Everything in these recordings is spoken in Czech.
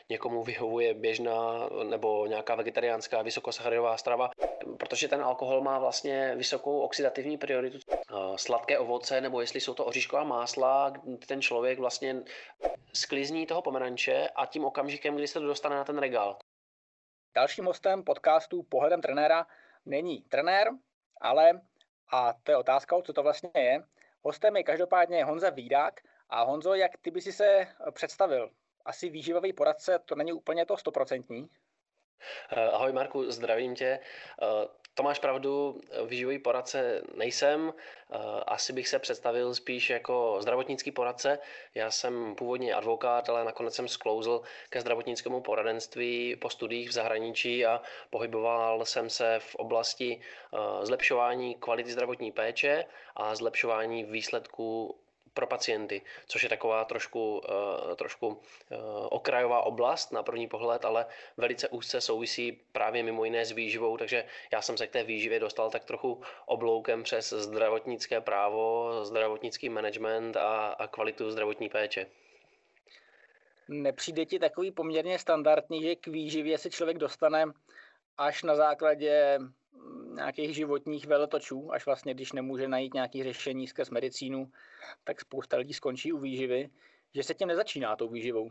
někomu vyhovuje běžná nebo nějaká vegetariánská vysokosacharidová strava, protože ten alkohol má vlastně vysokou oxidativní prioritu. Sladké ovoce nebo jestli jsou to oříšková másla, ten člověk vlastně sklizní toho pomeranče a tím okamžikem, kdy se to dostane na ten regál. Dalším hostem podcastu Pohledem trenéra není trenér, ale, a to je otázka, co to vlastně je, hostem je každopádně Honza Vídák. A Honzo, jak ty by si se představil? Asi výživový poradce, to není úplně to 100%. Ahoj Marku, zdravím tě. To máš pravdu, výživový poradce nejsem, asi bych se představil spíš jako zdravotnický poradce. Já jsem původně advokát, ale nakonec jsem sklouzl ke zdravotnickému poradenství po studiích v zahraničí a pohyboval jsem se v oblasti zlepšování kvality zdravotní péče a zlepšování výsledků pro pacienty, což je taková trošku okrajová oblast na první pohled, ale velice úzce souvisí právě mimo jiné s výživou, takže já jsem se k té výživě dostal tak trochu obloukem přes zdravotnické právo, zdravotnický management a kvalitu zdravotní péče. Nepřijde ti takový poměrně standardní, že k výživě se člověk dostane až na základě nějakých životních veletočů, až vlastně, když nemůže najít nějaké řešení skrz medicínu, tak spousta lidí skončí u výživy, že se tím nezačíná tou výživou?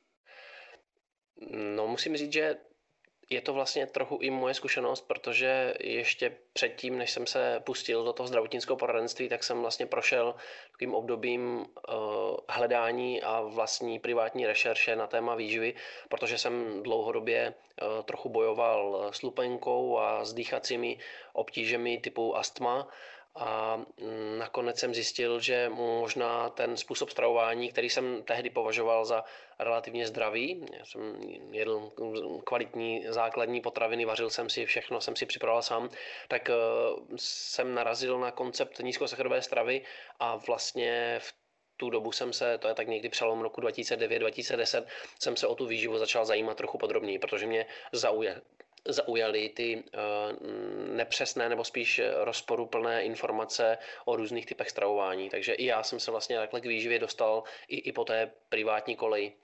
No, musím říct, že je to vlastně trochu i moje zkušenost, protože ještě předtím, než jsem se pustil do toho zdravotnického poradenství, tak jsem vlastně prošel takovým obdobím hledání a vlastní privátní rešerše na téma výživy, protože jsem dlouhodobě trochu bojoval s lupenkou a s dýchacími obtížemi typu astma. A nakonec jsem zjistil, že možná ten způsob stravování, který jsem tehdy považoval za relativně zdravý, já jsem jedl kvalitní základní potraviny, vařil jsem si, všechno jsem si připravoval sám, tak jsem narazil na koncept nízkosacharidové stravy a vlastně v tu dobu jsem se, to je tak někdy přelom roku 2009-2010, jsem se o tu výživu začal zajímat trochu podrobněji, protože mě zaujaly ty nepřesné nebo spíš rozporuplné informace o různých typech stravování. Takže i já jsem se vlastně takhle k výživě dostal i po té privátní koleji.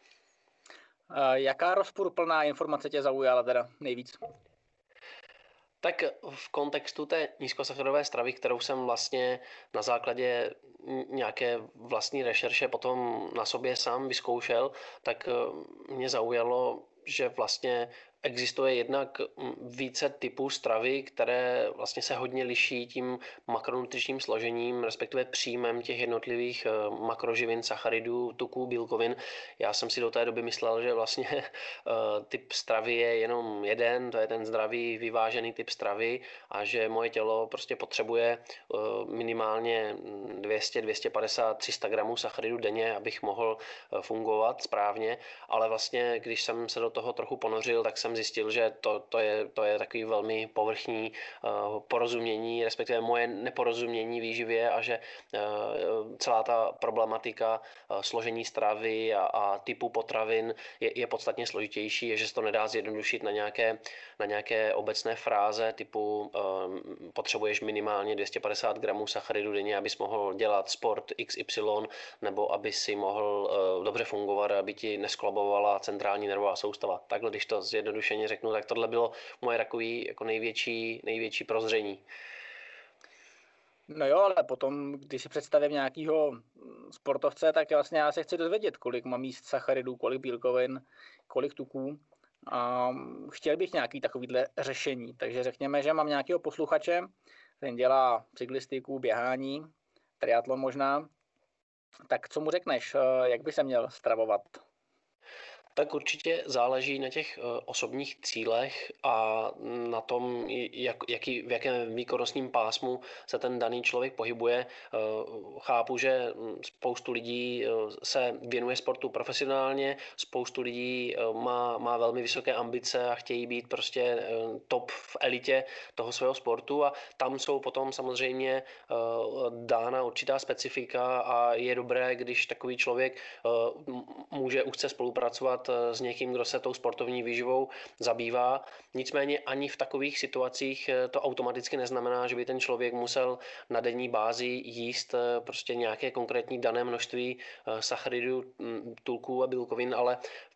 Jaká rozporuplná informace tě zaujala teda nejvíc? Tak v kontextu té nízkosacharidové stravy, kterou jsem vlastně na základě nějaké vlastní rešerše potom na sobě sám vyzkoušel, tak mě zaujalo, že vlastně existuje jednak více typů stravy, které vlastně se hodně liší tím makronutričním složením, respektive příjmem těch jednotlivých makroživin, sacharidů, tuků, bílkovin. Já jsem si do té doby myslel, že vlastně typ stravy je jenom jeden, to je ten zdravý, vyvážený typ stravy a že moje tělo prostě potřebuje minimálně 200, 250, 300 gramů sacharidů denně, abych mohl fungovat správně, ale vlastně, když jsem se do toho trochu ponořil, tak jsem zjistil, že to je takový velmi povrchní porozumění, respektive moje neporozumění výživě a že celá ta problematika složení stravy a typu potravin je podstatně složitější, že se to nedá zjednodušit na nějaké obecné fráze typu potřebuješ minimálně 250 gramů sacharidů denně, abys mohl dělat sport XY, nebo aby si mohl dobře fungovat, aby ti nesklabovala centrální nervová soustava. Takhle, když to zjednodušeně řeknu, tak tohle bylo moje takový jako největší prozření. No jo, ale potom, když si představím nějakého sportovce, tak vlastně já se chci dozvědět, kolik mám jíst sacharidů, kolik bílkovin, kolik tuků. A chtěl bych nějaký takovýhle řešení. Takže řekněme, že mám nějakého posluchače, ten dělá cyklistiku, běhání, triatlon možná. Tak co mu řekneš, jak by se měl stravovat? Tak určitě záleží na těch osobních cílech a na tom, v jakém výkonnostním pásmu se ten daný člověk pohybuje. Chápu, že spoustu lidí se věnuje sportu profesionálně, spoustu lidí má velmi vysoké ambice a chtějí být prostě top v elitě toho svého sportu a tam jsou potom samozřejmě dána určitá specifika a je dobré, když takový člověk může úzce spolupracovat s někým, kdo se tou sportovní výživou zabývá. Nicméně ani v takových situacích to automaticky neznamená, že by ten člověk musel na denní bázi jíst prostě nějaké konkrétní dané množství sacharidů, tuků a bílkovin, ale v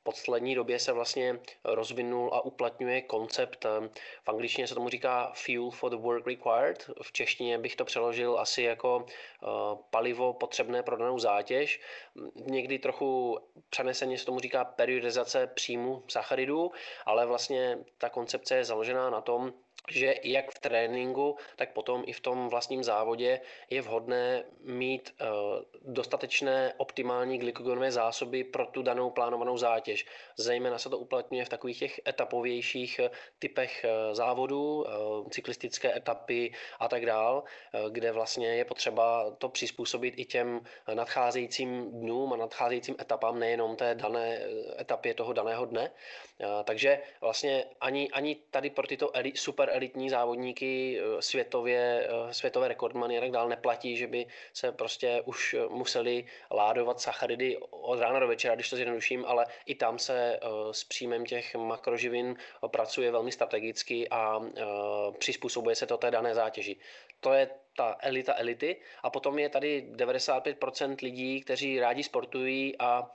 poslední době se vlastně rozvinul a uplatňuje koncept, v angličtině se tomu říká fuel for the work required, v češtině bych to přeložil asi jako palivo potřebné pro danou zátěž. Někdy trochu přeneseně se tomu říká periodizace příjmu sacharidů, ale vlastně ta koncepce je založená na tom, že jak v tréninku, tak potom i v tom vlastním závodě je vhodné mít dostatečné optimální glykogenové zásoby pro tu danou plánovanou zátěž. Zejména se to uplatňuje v takových těch etapovějších typech závodů, cyklistické etapy a tak dál, kde vlastně je potřeba to přizpůsobit i těm nadcházejícím dnům a nadcházejícím etapám, nejenom té dané etapě toho daného dne. Takže vlastně ani tady pro tyto super elitní závodníky, světové rekordmany a tak dále neplatí, že by se prostě už museli ládovat sacharidy od rána do večera, když to zjednoduším, ale i tam se s příjmem těch makroživin pracuje velmi strategicky a přizpůsobuje se to té dané zátěži. To je ta elita elity a potom je tady 95% lidí, kteří rádi sportují a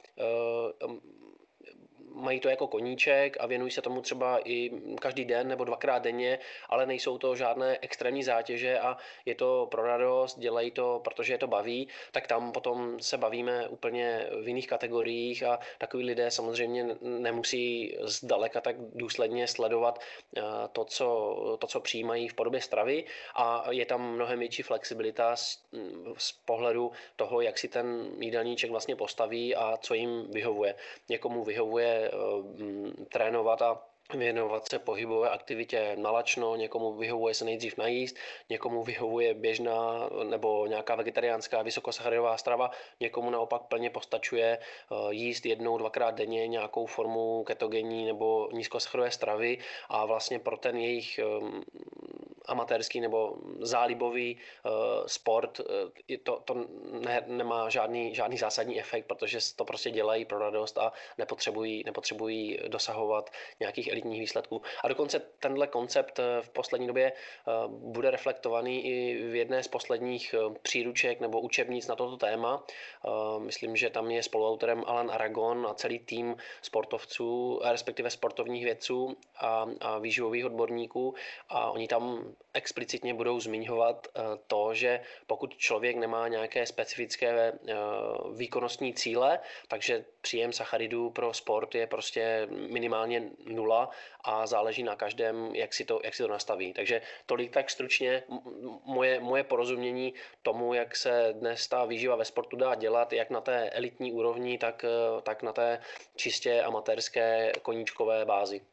mají to jako koníček a věnují se tomu třeba i každý den nebo dvakrát denně, ale nejsou to žádné extrémní zátěže a je to pro radost, dělají to, protože je to baví, tak tam potom se bavíme úplně v jiných kategoriích a takový lidé samozřejmě nemusí zdaleka tak důsledně sledovat to, co přijímají v podobě stravy a je tam mnohem větší flexibilita z pohledu toho, jak si ten jídelníček vlastně postaví a co jim vyhovuje. Někomu vyhovuje trénovat a věnovat se pohybové aktivitě nalačno, někomu vyhovuje se nejdřív najíst, někomu vyhovuje běžná nebo nějaká vegetariánská vysokosacharidová strava, někomu naopak plně postačuje jíst jednou, dvakrát denně nějakou formu ketogenní nebo nízkosacharidové stravy a vlastně pro ten jejich amatérský nebo zálibový sport to nemá žádný zásadní efekt, protože to prostě dělají pro radost a nepotřebují dosahovat nějakých elitních výsledků. A dokonce tenhle koncept v poslední době bude reflektovaný i v jedné z posledních příruček nebo učebnic na toto téma. Myslím, že tam je spoluautorem Alan Aragon a celý tým sportovců, respektive sportovních vědců a výživových odborníků a oni tam explicitně budou zmiňovat to, že pokud člověk nemá nějaké specifické výkonnostní cíle, takže příjem sacharidů pro sport je prostě minimálně 0 a záleží na každém, jak si to nastaví. Takže tolik tak stručně moje porozumění tomu, jak se dnes ta výživa ve sportu dá dělat, jak na té elitní úrovni, tak na té čistě amatérské koníčkové bázi.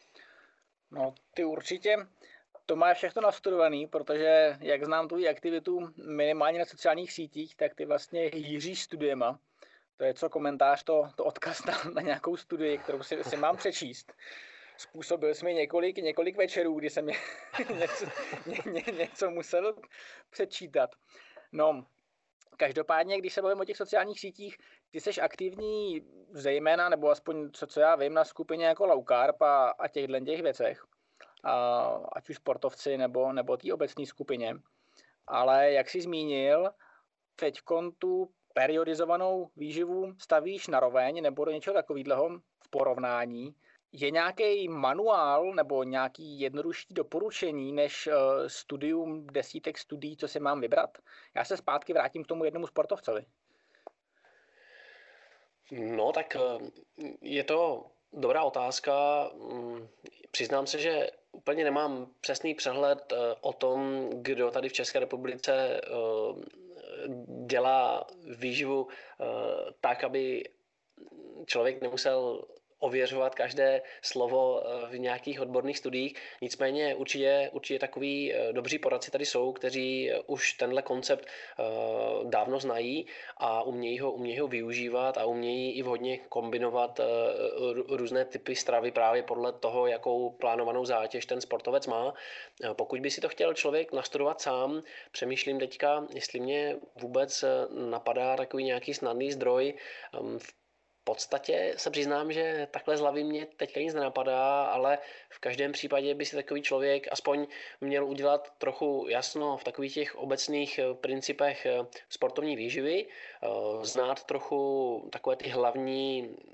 No, ty určitě to máš všechno nastudovaný, protože jak znám tvou aktivitu minimálně na sociálních sítích, tak ty vlastně hýříš studiema. To je co komentář, to odkaz na nějakou studii, kterou si mám přečíst. Způsobil jsi mi několik večerů, kdy jsem něco musel přečítat. No, každopádně, když se bavím o těch sociálních sítích, ty jsi aktivní zejména, nebo aspoň co já vím, na skupině jako Low Carb a těch věcech. Ať už sportovci nebo té obecné skupině. Ale jak jsi zmínil, teďkon tu periodizovanou výživu stavíš na roveň nebo do něčeho takového v porovnání. Je nějaký manuál nebo nějaký jednodušší doporučení než studium desítek studií, co si mám vybrat? Já se zpátky vrátím k tomu jednomu sportovcovi. No tak je to dobrá otázka. Přiznám se, že úplně nemám přesný přehled o tom, kdo tady v České republice dělá výživu tak, aby člověk nemusel ověřovat každé slovo v nějakých odborných studiích. Nicméně určitě takový dobří poradci tady jsou, kteří už tenhle koncept dávno znají a umějí ho využívat a umějí i vhodně kombinovat různé typy stravy právě podle toho, jakou plánovanou zátěž ten sportovec má. Pokud by si to chtěl člověk nastudovat sám, přemýšlím teďka, jestli mě vůbec napadá takový nějaký snadný zdroj. V podstatě se přiznám, že takhle z hlavy mě teďka nic nenapadá, ale v každém případě by si takový člověk aspoň měl udělat trochu jasno v takových těch obecných principech sportovní výživy, znát trochu takové ty hlavní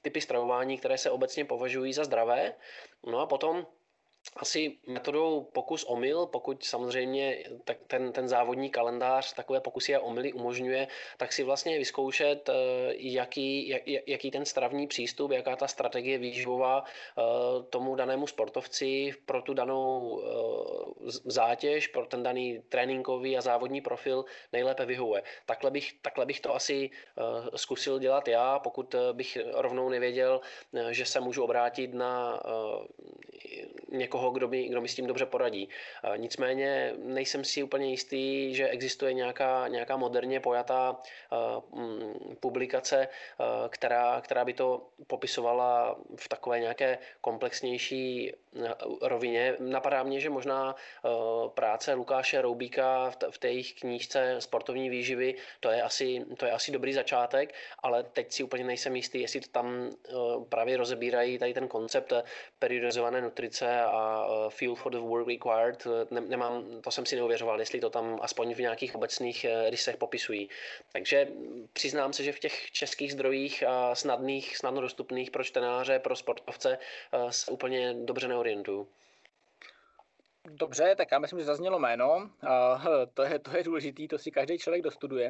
typy stravování, které se obecně považují za zdravé. No a potom asi metodou pokus-omyl, pokud samozřejmě tak ten závodní kalendář takové pokusy a omyly umožňuje, tak si vlastně vyzkoušet, jaký ten stravní přístup, jaká ta strategie výživová tomu danému sportovci pro tu danou zátěž, pro ten daný tréninkový a závodní profil nejlépe vyhovuje. Takhle bych to asi zkusil dělat já, pokud bych rovnou nevěděl, že se můžu obrátit na někoho, kdo mi s tím dobře poradí. Nicméně nejsem si úplně jistý, že existuje nějaká moderně pojatá publikace, která by to popisovala v takové nějaké komplexnější rovině. Napadá mě, že možná práce Lukáše Roubíka v té jejich knížce Sportovní výživy, to je asi dobrý začátek, ale teď si úplně nejsem jistý, jestli to tam právě rozebírají tady ten koncept periodizované nutrice a fuel for the work required. To jsem si neuvěřoval, jestli to tam aspoň v nějakých obecných rysech popisují. Takže přiznám se, že v těch českých zdrojích a snadno dostupných pro čtenáře, pro sportovce se úplně dobře neorientuju. Dobře, tak já myslím, že zaznělo jméno. To je důležitý, to si každý člověk dostuduje.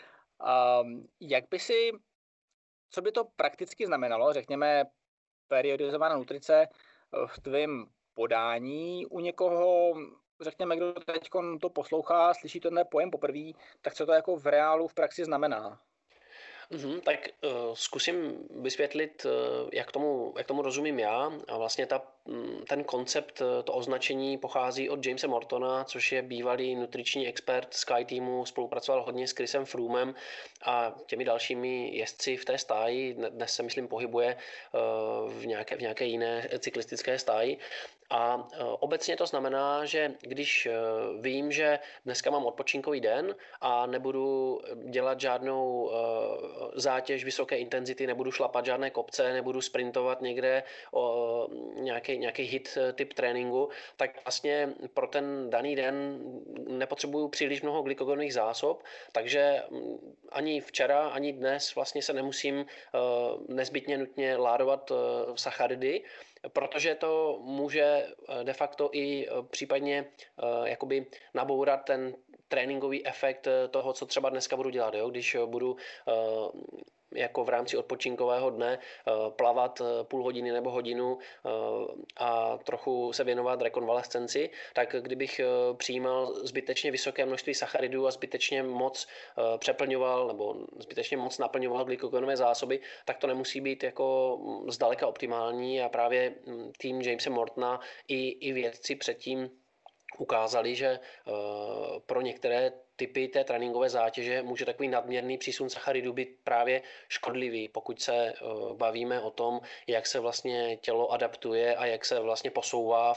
Co by to prakticky znamenalo, řekněme, periodizovaná nutrice v tvém podání u někoho, řekněme, kdo teď to poslouchá, slyší tenhle pojem poprvé, tak co to jako v reálu, v praxi znamená? Tak zkusím vysvětlit, jak tomu rozumím já. A vlastně ten koncept, to označení pochází od Jamese Mortona, což je bývalý nutriční expert Sky Teamu, spolupracoval hodně s Chrisem Froomem a těmi dalšími jezdci v té stáji. Dnes se, myslím, pohybuje v nějaké jiné cyklistické stáji. A obecně to znamená, že když vím, že dneska mám odpočinkový den a nebudu dělat žádnou zátěž vysoké intenzity, nebudu šlapat žádné kopce, nebudu sprintovat někde nějaký hit typ tréninku, tak vlastně pro ten daný den nepotřebuju příliš mnoho glykogenových zásob, takže ani včera, ani dnes vlastně se nemusím nezbytně nutně ládovat sacharidy, protože to může de facto i případně jakoby nabourat ten tréninkový efekt toho, co třeba dneska budu dělat. Jo? Když budu jako v rámci odpočinkového dne plavat půl hodiny nebo hodinu a trochu se věnovat rekonvalescenci, tak kdybych přijímal zbytečně vysoké množství sacharidů a zbytečně moc přeplňoval nebo zbytečně moc naplňoval glykogenové zásoby, tak to nemusí být jako zdaleka optimální a právě tým Jamese Mortona i vědci předtím ukázali, že pro některé typy té tréninkové zátěže může takový nadměrný přísun sacharidů být právě škodlivý, pokud se bavíme o tom, jak se vlastně tělo adaptuje a jak se vlastně posouvá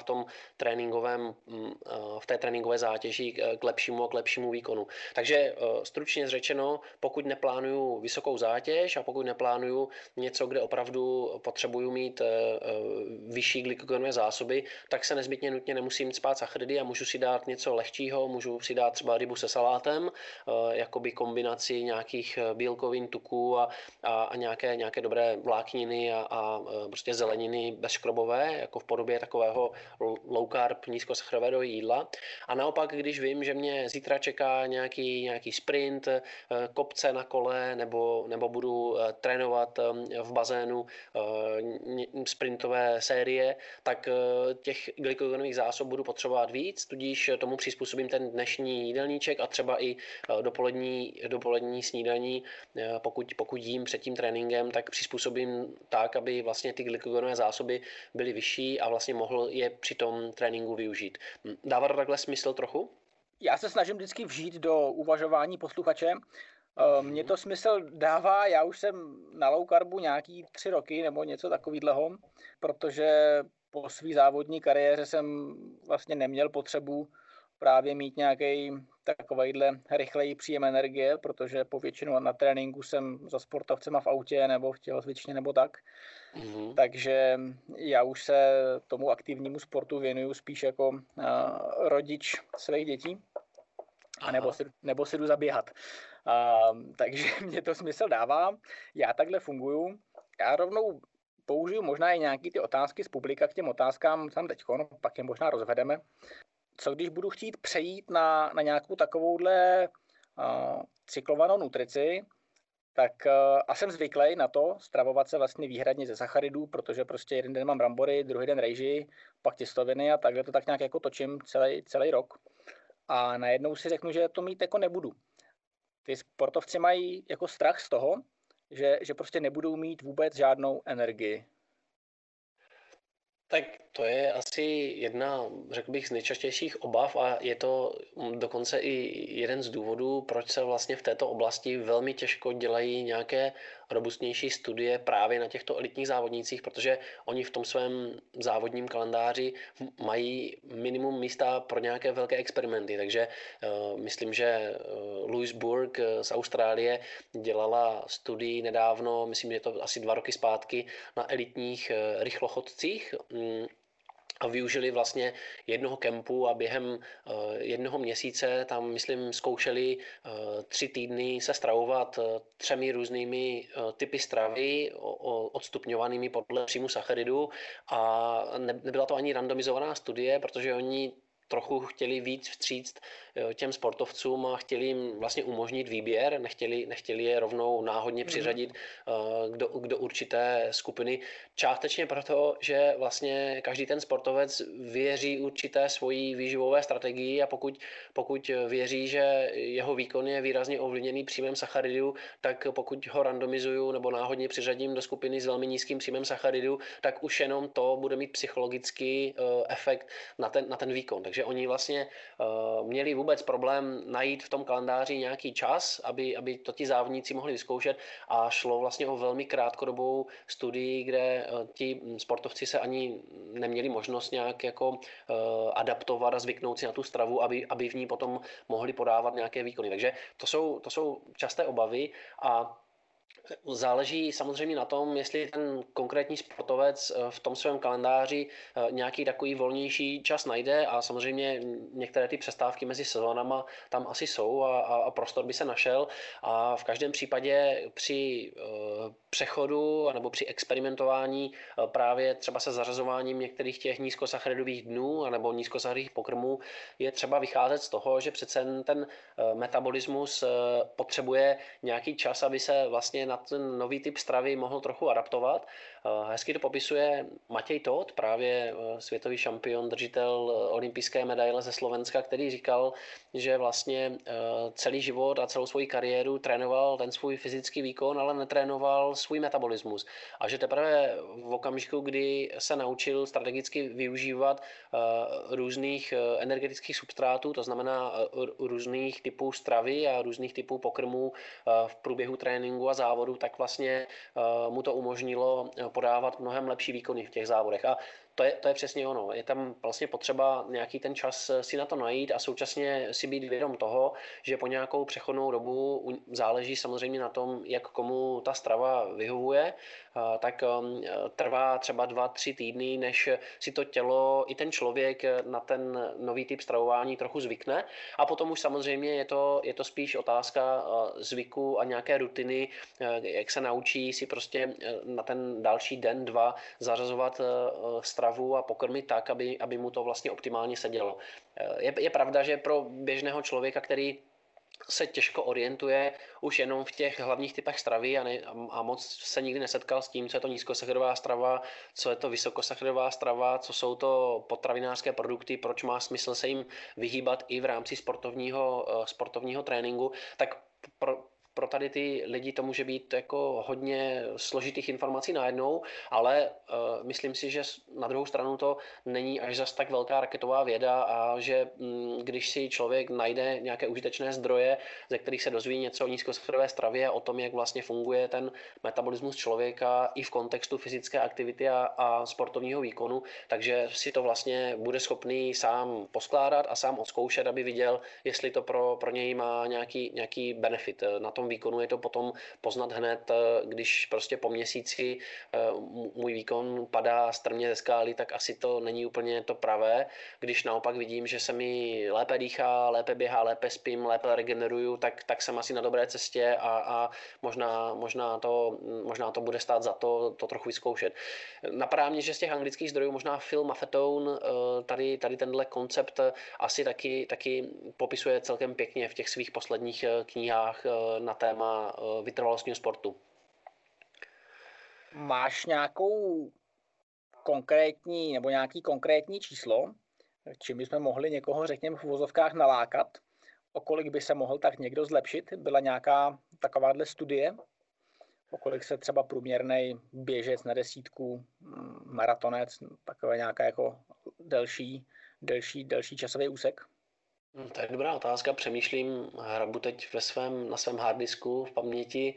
v té tréninkové zátěži k lepšímu výkonu. Takže stručně řečeno, pokud neplánuju vysokou zátěž a pokud neplánuju něco, kde opravdu potřebuju mít vyšší glykogenové zásoby, tak se nezbytně nutně nemusím spát sacharidy a můžu si dát něco lehčího, můžu si dát třeba rybu se salátem, jakoby kombinaci nějakých bílkovin, tuků a nějaké dobré vlákniny a prostě zeleniny bezškrobové, jako v podobě takového low carb, nízkosacharového jídla. A naopak, když vím, že mě zítra čeká nějaký sprint, kopce na kole, nebo budu trénovat v bazénu sprintové série, tak těch glykogenových zásob budu potřebovat víc, tudíž tomu přizpůsobím ten dnešní jídelníček a třeba i dopolední snídaní, pokud jím před tím tréninkem, tak přizpůsobím tak, aby vlastně ty glykogenové zásoby byly vyšší a vlastně mohl je při tom tréninku využít. Dává to takhle smysl trochu? Já se snažím vždycky vžít do uvažování posluchače. Mně to smysl dává, já už jsem na low carbu nějaký 3 roky nebo něco takového, protože po své závodní kariéře jsem vlastně neměl potřebu právě mít nějaký takovejhle rychlej příjem energie, protože povětšinou na tréninku jsem za sportovcema v autě nebo v tělocvičně nebo tak. Mm-hmm. Takže já už se tomu aktivnímu sportu věnuju spíš jako rodič svých dětí. A nebo si jdu zaběhat. Takže mě to smysl dává. Já takhle funguju. Já rovnou použiju možná i nějaký ty otázky z publika k těm otázkám tam teďkon, pak je možná rozvedeme. Co když budu chtít přejít na nějakou takovouhle cyklovanou nutrici, tak a jsem zvyklý na to stravovat se vlastně výhradně ze sacharidů, protože prostě jeden den mám brambory, druhý den rejži, pak těstoviny a takhle to tak nějak jako točím celý rok. A najednou si řeknu, že to mít jako nebudu. Ty sportovci mají jako strach z toho, že prostě nebudou mít vůbec žádnou energii. Tak to je asi jedna, řekl bych, z nejčastějších obav a je to dokonce i jeden z důvodů, proč se vlastně v této oblasti velmi těžko dělají nějaké robustnější studie právě na těchto elitních závodnících, protože oni v tom svém závodním kalendáři mají minimum místa pro nějaké velké experimenty. Takže myslím, že Louise Burke z Austrálie dělala studii nedávno, myslím, že je to asi 2 roky zpátky, na elitních rychlochodcích, a využili vlastně jednoho kempu a během jednoho měsíce tam, myslím, zkoušeli 3 týdny se stravovat 3 různými typy stravy, odstupňovanými podle příjmu sacharidu, a nebyla to ani randomizovaná studie, protože oni trochu chtěli víc vstříct těm sportovcům a chtěli jim vlastně umožnit výběr, nechtěli je rovnou náhodně přiřadit do určité skupiny. Částečně proto, že vlastně každý ten sportovec věří určité svojí výživové strategii a pokud věří, že jeho výkon je výrazně ovlivněný příjmem sacharidů, tak pokud ho randomizuju nebo náhodně přiřadím do skupiny s velmi nízkým příjmem sacharidů, tak už jenom to bude mít psychologický efekt na ten výkon. Takže oni vlastně měli vůbec problém najít v tom kalendáři nějaký čas, aby to ti závodníci mohli vyzkoušet, a šlo vlastně o velmi krátkodobou studii, kde ti sportovci se ani neměli možnost nějak jako adaptovat a zvyknout si na tu stravu, aby v ní potom mohli podávat nějaké výkony. Takže to jsou časté obavy a záleží samozřejmě na tom, jestli ten konkrétní sportovec v tom svém kalendáři nějaký takový volnější čas najde, a samozřejmě některé ty přestávky mezi sezónama tam asi jsou a prostor by se našel, a v každém případě při přechodu nebo při experimentování právě třeba se zařazováním některých těch nízkosacharidových dnů nebo nízkosacharidových pokrmů je třeba vycházet z toho, že přece ten metabolismus potřebuje nějaký čas, aby se vlastně na ten nový typ stravy mohl trochu adaptovat. Hezky to popisuje Matěj Todt, právě světový šampion, držitel olympijské medaile ze Slovenska, který říkal, že vlastně celý život a celou svoji kariéru trénoval ten svůj fyzický výkon, ale netrénoval svůj metabolismus. A že teprve v okamžiku, kdy se naučil strategicky využívat různých energetických substrátů, to znamená různých typů stravy a různých typů pokrmů v průběhu tréninku a závodu, tak vlastně mu to umožnilo podávat mnohem lepší výkony v těch závodech. A to je přesně ono. Je tam vlastně potřeba nějaký ten čas si na to najít a současně si být vědom toho, že po nějakou přechodnou dobu záleží samozřejmě na tom, jak komu ta strava vyhovuje, tak trvá třeba 2-3 týdny, než si to tělo i ten člověk na ten nový typ stravování trochu zvykne, a potom už samozřejmě je to spíš otázka zvyku a nějaké rutiny, jak se naučí si prostě na ten další den, 2 zařazovat stravu a pokrmy tak, aby mu to vlastně optimálně sedělo. Je pravda, že pro běžného člověka, který se těžko orientuje už jenom v těch hlavních typech stravy a moc se nikdy nesetkal s tím, co je to nízkosacharidová strava, co je to vysokosacharidová strava, co jsou to potravinářské produkty, proč má smysl se jim vyhýbat i v rámci sportovního tréninku, tak pro tady ty lidi to může být jako hodně složitých informací najednou, ale myslím si, že na druhou stranu to není až zas tak velká raketová věda, a že když si člověk najde nějaké užitečné zdroje, ze kterých se dozví něco o nízkosacharidové stravě, o tom, jak vlastně funguje ten metabolismus člověka i v kontextu fyzické aktivity a sportovního výkonu, takže si to vlastně bude schopný sám poskládat a sám odzkoušet, aby viděl, jestli to pro něj má nějaký benefit. Na tom výkonu je to potom poznat hned, když prostě po měsíci můj výkon padá strmě ze skály, tak asi to není úplně to pravé. Když naopak vidím, že se mi lépe dýchá, lépe běhá, lépe spím, lépe regeneruju, tak jsem asi na dobré cestě a možná to bude stát za to trochu vyzkoušet. Napadá mě, že z těch anglických zdrojů možná Phil Maffetone tady tenhle koncept asi taky popisuje celkem pěkně v těch svých posledních knihách na téma vytrvalostního sportu. Máš nějakou konkrétní nebo nějaký konkrétní číslo, čím bychom mohli někoho, řekněme, v uvozovkách nalákat, o kolik by se mohl tak někdo zlepšit? Byla nějaká takováhle studie, o kolik se třeba průměrný běžec na desítku, maratonec, takové nějaká jako delší časový úsek? To je dobrá otázka, přemýšlím, hrabu teď na svém harddisku v paměti.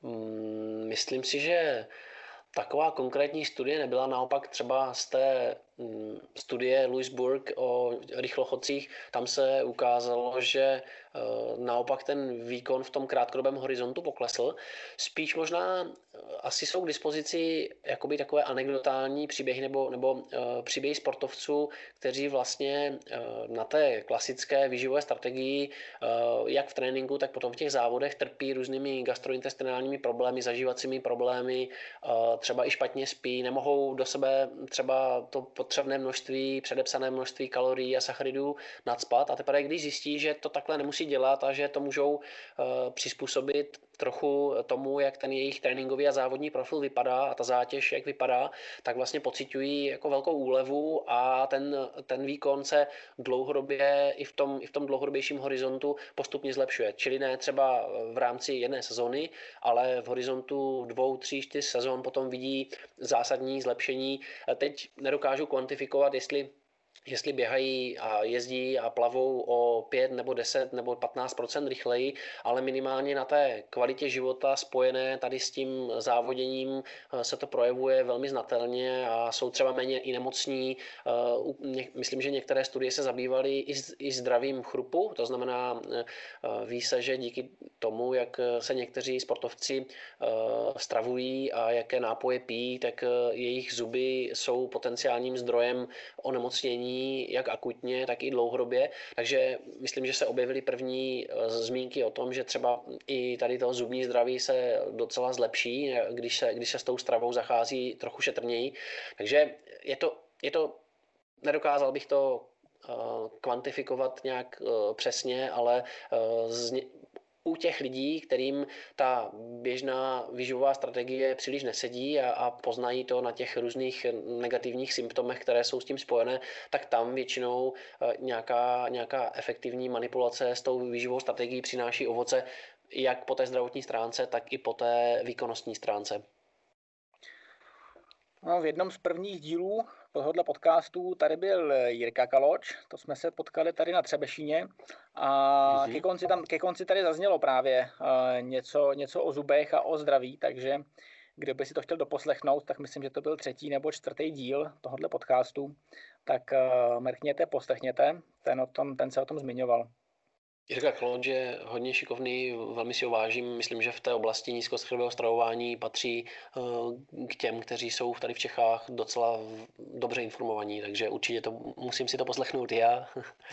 Myslím si, že taková konkrétní studie nebyla, naopak třeba z té studie Louis Burke o rychlochodcích, tam se ukázalo, že naopak ten výkon v tom krátkodobém horizontu poklesl. Spíš možná asi jsou k dispozici jakoby takové anekdotální příběhy nebo příběhy sportovců, kteří vlastně na té klasické výživové strategii, jak v tréninku, tak potom v těch závodech trpí různými gastrointestinálními problémy, zažívacími problémy, třeba i špatně spí, nemohou do sebe třeba to potřebné množství, předepsané množství kalorií a sacharidů nacpat a teprve když zjistí, že to takhle nemusí dělat a že to můžou přizpůsobit trochu tomu, jak ten jejich tréninkový a závodní profil vypadá a ta zátěž, jak vypadá, tak vlastně pociťují jako velkou úlevu a ten výkon se dlouhodobě i v tom dlouhodobějším horizontu postupně zlepšuje. Čili ne třeba v rámci jedné sezóny, ale v horizontu 2, 3, 4 sezon potom vidí zásadní zlepšení. Teď nedokážu kvantifikovat, jestli běhají a jezdí a plavou o 5 nebo 10 nebo 15% rychleji, ale minimálně na té kvalitě života spojené tady s tím závoděním se to projevuje velmi znatelně a jsou třeba méně i nemocní. Myslím, že některé studie se zabývaly i zdravím chrupu, to znamená, ví se, že díky tomu, jak se někteří sportovci stravují a jaké nápoje pijí, tak jejich zuby jsou potenciálním zdrojem onemocnění jak akutně, tak i dlouhodobě. Takže myslím, že se objevily první zmínky o tom, že třeba i tady to zubní zdraví se docela zlepší, když se s tou stravou zachází trochu šetrněji. Takže je to nedokázal bych to kvantifikovat nějak přesně, ale u těch lidí, kterým ta běžná výživová strategie příliš nesedí a poznají to na těch různých negativních symptomech, které jsou s tím spojené, tak tam většinou nějaká efektivní manipulace s tou výživovou strategií přináší ovoce jak po té zdravotní stránce, tak i po té výkonnostní stránce. No, v jednom z prvních dílů tohohle podcastu tady byl Jirka Kaloč, to jsme se potkali tady na Třebešíně a ke konci tady zaznělo právě něco o zubech a o zdraví, takže kdo by si to chtěl doposlechnout, tak myslím, že to byl 3. nebo 4. díl tohohle podcastu, tak mrkněte, poslechněte, ten se o tom zmiňoval. Jirka Kaloč je hodně šikovný, velmi si ho vážím. Myslím, že v té oblasti nízkosacharidového stravování patří k těm, kteří jsou tady v Čechách docela dobře informovaní, takže určitě musím si to poslechnout já.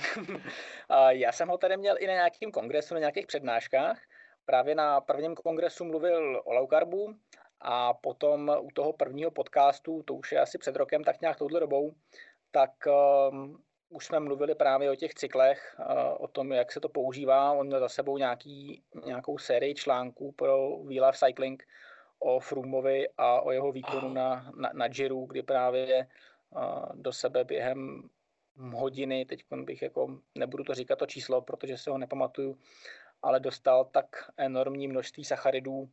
Já jsem ho tady měl i na nějakém kongresu, na nějakých přednáškách. Právě na prvním kongresu mluvil o low carbu a potom u toho prvního podcastu, to už je asi před rokem, tak nějak touhle dobou, tak už jsme mluvili právě o těch cyklech, o tom, jak se to používá. On měl za sebou nějakou sérii článků pro We Love Cycling o Froomovi a o jeho výkonu na Giro, kdy právě do sebe během hodiny, teď bych nebudu to říkat to číslo, protože se ho nepamatuju, ale dostal tak enormní množství sacharidů,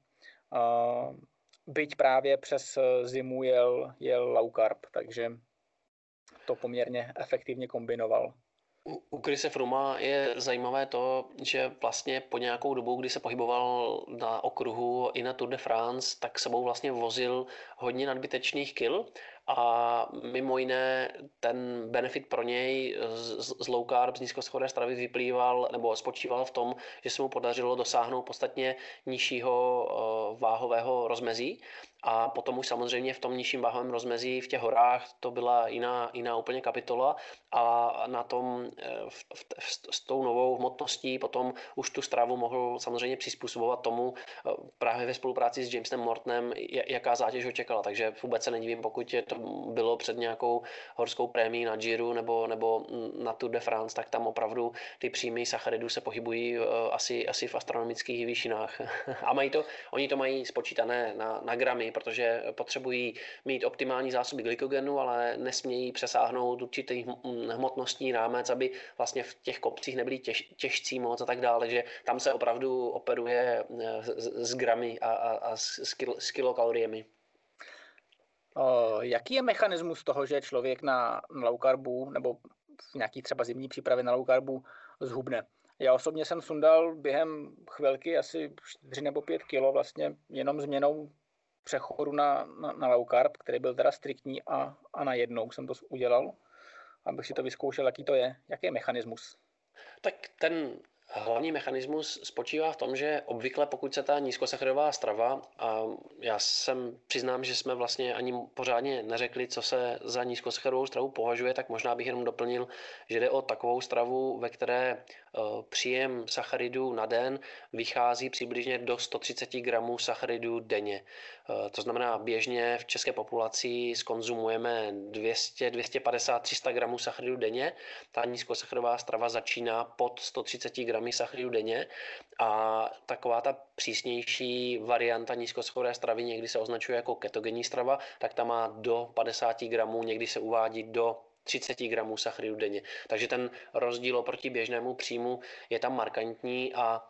byť právě přes zimu jel low carb, takže to poměrně efektivně kombinoval. U Chrise Frooma je zajímavé to, že vlastně po nějakou dobu, kdy se pohyboval na okruhu i na Tour de France, tak sebou vlastně vozil hodně nadbytečných kil a mimo jiné ten benefit pro něj z low carb, z nízkosacharidové stravy vyplýval nebo spočíval v tom, že se mu podařilo dosáhnout podstatně nižšího váhového rozmezí. A potom už samozřejmě v tom nižším váhovém rozmezí v těch horách to byla jiná úplně kapitola a na tom s tou novou hmotností potom už tu stravu mohl samozřejmě přizpůsobovat tomu právě ve spolupráci s Jamesem Mortonem, jaká zátěž ho čekala. Takže vůbec se nedivím, pokud to bylo před nějakou horskou prémií na Giro nebo na Tour de France, tak tam opravdu ty příjmy sacharidů se pohybují asi v astronomických výšinách. A oni to mají spočítané na gramy, protože potřebují mít optimální zásoby glykogenu, ale nesmějí přesáhnout určitý hmotnostní rámec, aby vlastně v těch kopcích nebyli těžcí moc a tak dále. Takže tam se opravdu operuje s gramy a s kilokaloriemi. Jaký je mechanismus toho, že člověk na low carbu nebo v nějaký třeba zimní přípravě na low carbu zhubne? Já osobně jsem sundal během chvilky asi 4 nebo 5 kilo vlastně jenom změnou přechodu na low carb, který byl teda striktní a najednou jsem to udělal, abych si to vyzkoušel, jaký to je. Jaký je mechanismus? Tak ten hlavní mechanismus spočívá v tom, že obvykle pokud se ta nízkosacharidová strava, a já přiznám, že jsme vlastně ani pořádně neřekli, co se za nízkosacharidovou stravu považuje, tak možná bych jenom doplnil, že jde o takovou stravu, ve které příjem sacharidů na den vychází přibližně do 130 gramů sacharidů denně. To znamená, běžně v české populaci skonzumujeme 200, 250, 300 gramů sacharidů denně. Ta nízkosacharidová strava začíná pod 130 gramy sacharidů denně a taková ta přísnější varianta nízkosacharidové stravy, někdy se označuje jako ketogenní strava, tak ta má do 50 gramů, někdy se uvádí do 30 gramů sacharidů denně. Takže ten rozdíl oproti běžnému příjmu je tam markantní a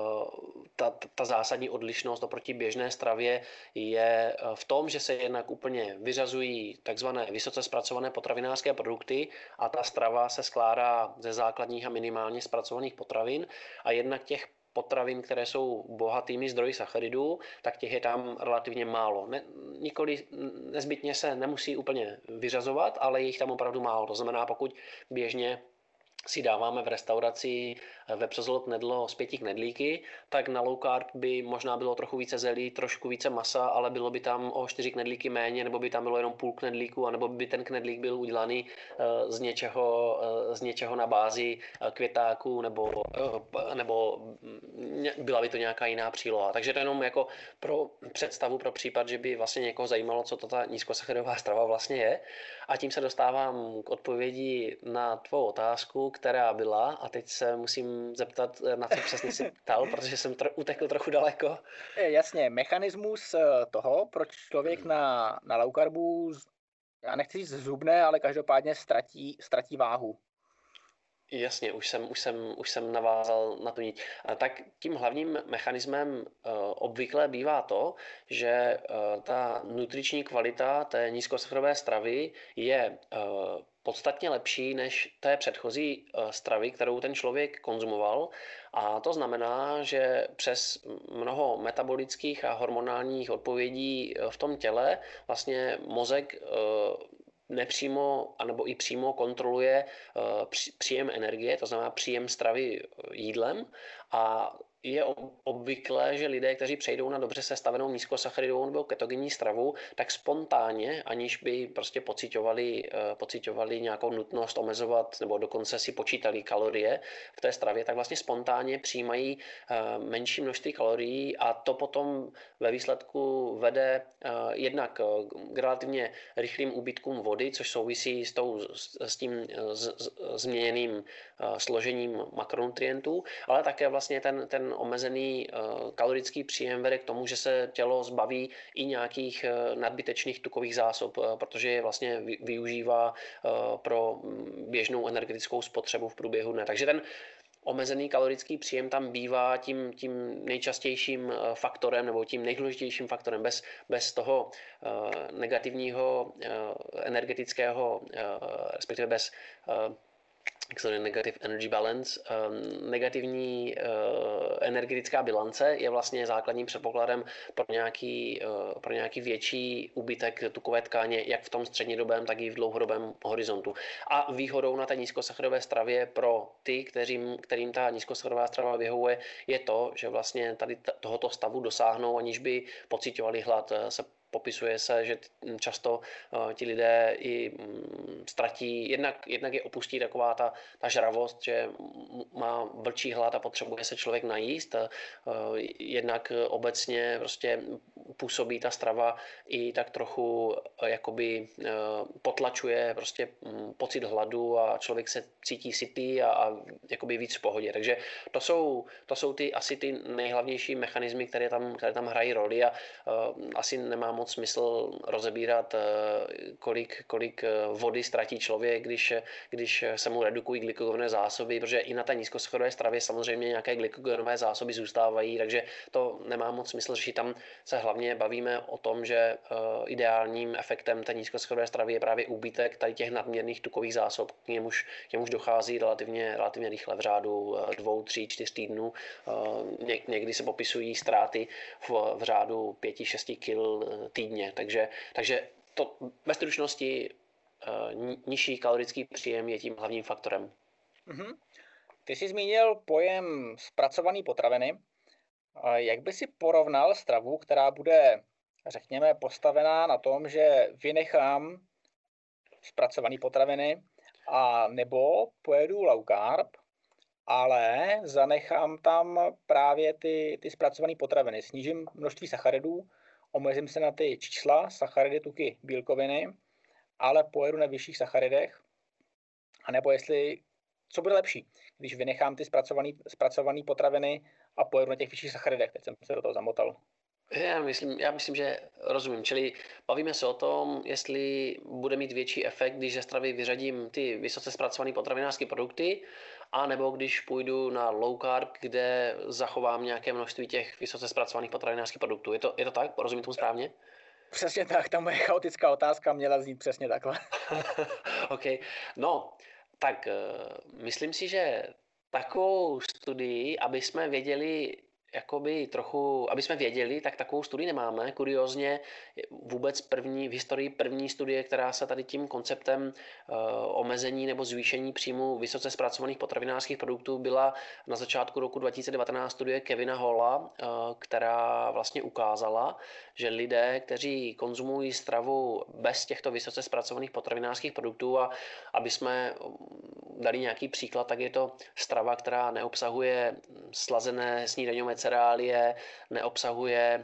ta zásadní odlišnost oproti běžné stravě je v tom, že se jednak úplně vyřazují takzvané vysoce zpracované potravinářské produkty a ta strava se skládá ze základních a minimálně zpracovaných potravin a jednak těch potravin, které jsou bohatými zdroji sacharidů, tak těch je tam relativně málo. Nezbytně se nemusí úplně vyřazovat, ale je jich tam opravdu málo. To znamená, pokud běžně si dáváme v restauraci vepřozolo knedlo s 5 knedlíky, tak na low carb by možná bylo trochu více zelí, trošku více masa, ale bylo by tam o 4 knedlíky méně, nebo by tam bylo jenom půl knedlíku, anebo by ten knedlík byl udělaný z něčeho na bázi květáku, nebo byla by to nějaká jiná příloha. Takže to jenom jako pro představu, pro případ, že by vlastně někoho zajímalo, co to ta nízkosacharidová strava vlastně je. A tím se dostávám k odpovědi na tvou otázku, která byla, a teď se musím zeptat, na co přesně jsi ptal, protože jsem utekl trochu daleko. Jasně, mechanismus toho, proč člověk na low carbu, já nechci říct zhubne, ale každopádně ztratí váhu. Jasně, už jsem navázal na tu niť. Tak tím hlavním mechanismem obvykle bývá to, že ta nutriční kvalita té nízkosacharidové stravy je podstatně lepší než té předchozí stravy, kterou ten člověk konzumoval. A to znamená, že přes mnoho metabolických a hormonálních odpovědí v tom těle vlastně mozek nepřímo anebo i přímo kontroluje příjem energie, to znamená příjem stravy jídlem a je obvyklé, že lidé, kteří přejdou na dobře sestavenou nízkosacharidovou nebo ketogenní stravu, tak spontánně, aniž by prostě pociťovali nějakou nutnost omezovat nebo dokonce si počítali kalorie v té stravě, tak vlastně spontánně přijímají menší množství kalorií a to potom ve výsledku vede jednak k relativně rychlým úbytkům vody, což souvisí s tím změněným složením makronutrientů, ale také vlastně ten omezený kalorický příjem vede k tomu, že se tělo zbaví i nějakých nadbytečných tukových zásob, protože je vlastně využívá pro běžnou energetickou spotřebu v průběhu dne. Takže ten omezený kalorický příjem tam bývá tím nejčastějším faktorem nebo tím nejdůležitějším faktorem. Bez toho negativního energetického, respektive bez takzvaný negative energy balance. Negativní energetická bilance je vlastně základním předpokladem pro nějaký větší úbytek tukové tkáně, jak v tom střednědobém, tak i v dlouhodobém horizontu. A výhodou na té nízkosacharidové stravě pro ty, kterým ta nízkosacharidová strava vyhovuje, je to, že vlastně tady tohoto stavu dosáhnou, aniž by pociťovali hlad. Popisuje se, že často ti lidé i ztratí, jednak je opustí taková ta žravost, že má vlčí hlad a potřebuje se člověk najíst. Jednak obecně prostě působí ta strava i tak trochu jakoby potlačuje prostě pocit hladu a člověk se cítí sytý a jakoby víc v pohodě. Takže to jsou asi ty nejhlavnější mechanismy, které tam hrají roli a asi nemá moc smysl rozebírat, kolik vody ztratí člověk, když se mu redukují glykogenové zásoby, protože i na té nízkosacharidové stravě samozřejmě nějaké glykogenové zásoby zůstávají, takže to nemá moc smysl řešit. Tam se hlavně bavíme o tom, že ideálním efektem té nízkosacharidové stravy je právě úbytek tady těch nadměrných tukových zásob, k němuž dochází relativně rychle v řádu 2, 3, 4 týdnů. Někdy se popisují ztráty v řádu 5-6 kg týdně, takže to ve stručnosti nižší kalorický příjem je tím hlavním faktorem. Mm-hmm. Ty jsi zmínil pojem zpracované potraviny. Jak by si porovnal stravu, která bude, řekněme, postavená na tom, že vynechám zpracované potraviny a nebo pojedu low carb, ale zanechám tam právě ty zpracované potraviny. Snížím množství sacharidů, omezím se na ty čísla, sacharidy, tuky, bílkoviny, ale pojedu na vyšších sacharidech, anebo co bude lepší, když vynechám ty zpracované potraviny a pojedu na těch vyšších sacharidech. Teď jsem se do toho zamotal. Já myslím, že rozumím. Čili bavíme se o tom, jestli bude mít větší efekt, když ze stravy vyřadím ty vysoce zpracované potravinářské produkty, a nebo když půjdu na low carb, kde zachovám nějaké množství těch vysoce zpracovaných potravinářských produktů. Je to tak? Rozumím tomu správně? Přesně tak, ta moje chaotická otázka měla znít přesně takhle. OK. No, tak myslím si, že takovou studii, aby jsme věděli, tak takovou studii nemáme. Kuriózně vůbec v historii první studie, která se tady tím konceptem omezení nebo zvýšení příjmu vysoce zpracovaných potravinářských produktů byla na začátku roku 2019 studie Kevina Halla, která vlastně ukázala, že lidé, kteří konzumují stravu bez těchto vysoce zpracovaných potravinářských produktů, a aby jsme dali nějaký příklad, tak je to strava, která neobsahuje slazené snídaňové cereálie, neobsahuje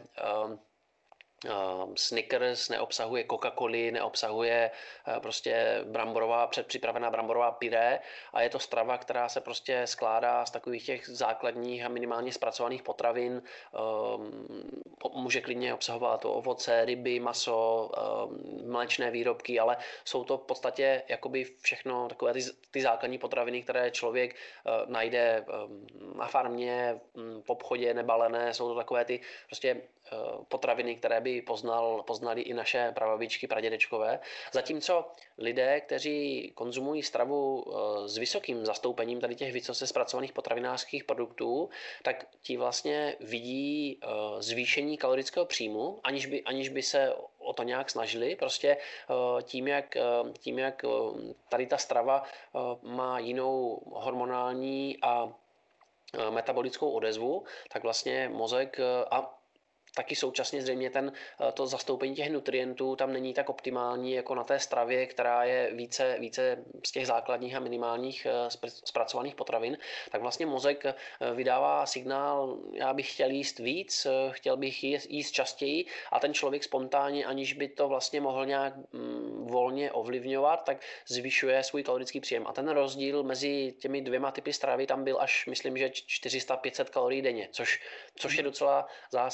Snickers, neobsahuje Coca-Coli, neobsahuje prostě předpřipravená bramborová pyré a je to strava, která se prostě skládá z takových těch základních a minimálně zpracovaných potravin. Může klidně obsahovat ovoce, ryby, maso, mléčné výrobky, ale jsou to v podstatě jakoby všechno takové ty základní potraviny, které člověk najde na farmě, v obchodě nebalené. Jsou to takové ty prostě potraviny, které by poznali i naše prababičky, pradědečkové. Zatímco lidé, kteří konzumují stravu s vysokým zastoupením tady těch vysoce zpracovaných potravinářských produktů, tak ti vlastně vidí zvýšení kalorického příjmu, aniž by se o to nějak snažili. Prostě tím, jak tady ta strava má jinou hormonální a metabolickou odezvu, tak vlastně mozek a taky současně zřejmě to zastoupení těch nutrientů tam není tak optimální jako na té stravě, která je více z těch základních a minimálních zpracovaných potravin, tak vlastně mozek vydává signál, já bych chtěl jíst víc, chtěl bych jíst častěji a ten člověk spontánně, aniž by to vlastně mohl nějak volně ovlivňovat, tak zvyšuje svůj kalorický příjem. A ten rozdíl mezi těmi dvěma typy stravy tam byl až, myslím, že 400-500 kalorií denně, což je docela zásadní. Ale